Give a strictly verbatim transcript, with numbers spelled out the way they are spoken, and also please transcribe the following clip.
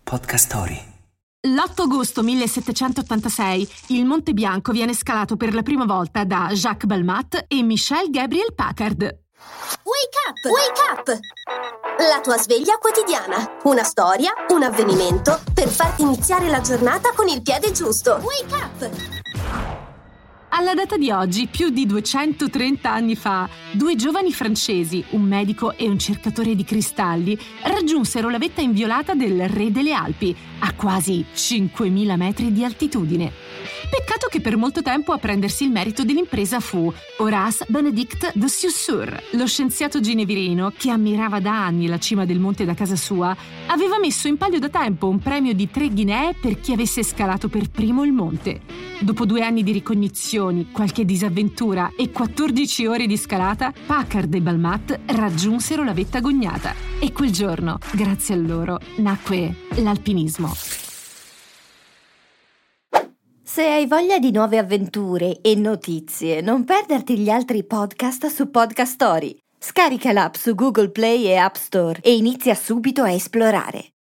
Podcast Story. l'otto agosto millesettecentottantasei il Monte Bianco viene scalato per la prima volta da Jacques Balmat e Michel Gabriel Packard. Wake up! Wake up! La tua sveglia quotidiana. Una storia, un avvenimento per farti iniziare la giornata con il piede giusto. Wake up! Alla data di oggi, più di duecentotrenta anni fa, due giovani francesi, un medico e un cercatore di cristalli, raggiunsero la vetta inviolata del Re delle Alpi, a quasi cinquemila metri di altitudine. Peccato che per molto tempo a prendersi il merito dell'impresa fu Horace Benedict de Saussure, lo scienziato ginevrino che ammirava da anni la cima del monte da casa sua. Aveva messo in palio da tempo un premio di tre ghinee per chi avesse scalato per primo il monte. Dopo due anni di ricognizioni, qualche disavventura e quattordici ore di scalata, Packard e Balmat raggiunsero la vetta agognata. E quel giorno, grazie a loro, nacque l'alpinismo. Se hai voglia di nuove avventure e notizie, non perderti gli altri podcast su Podcast Story. Scarica l'app su Google Play e App Store e inizia subito a esplorare.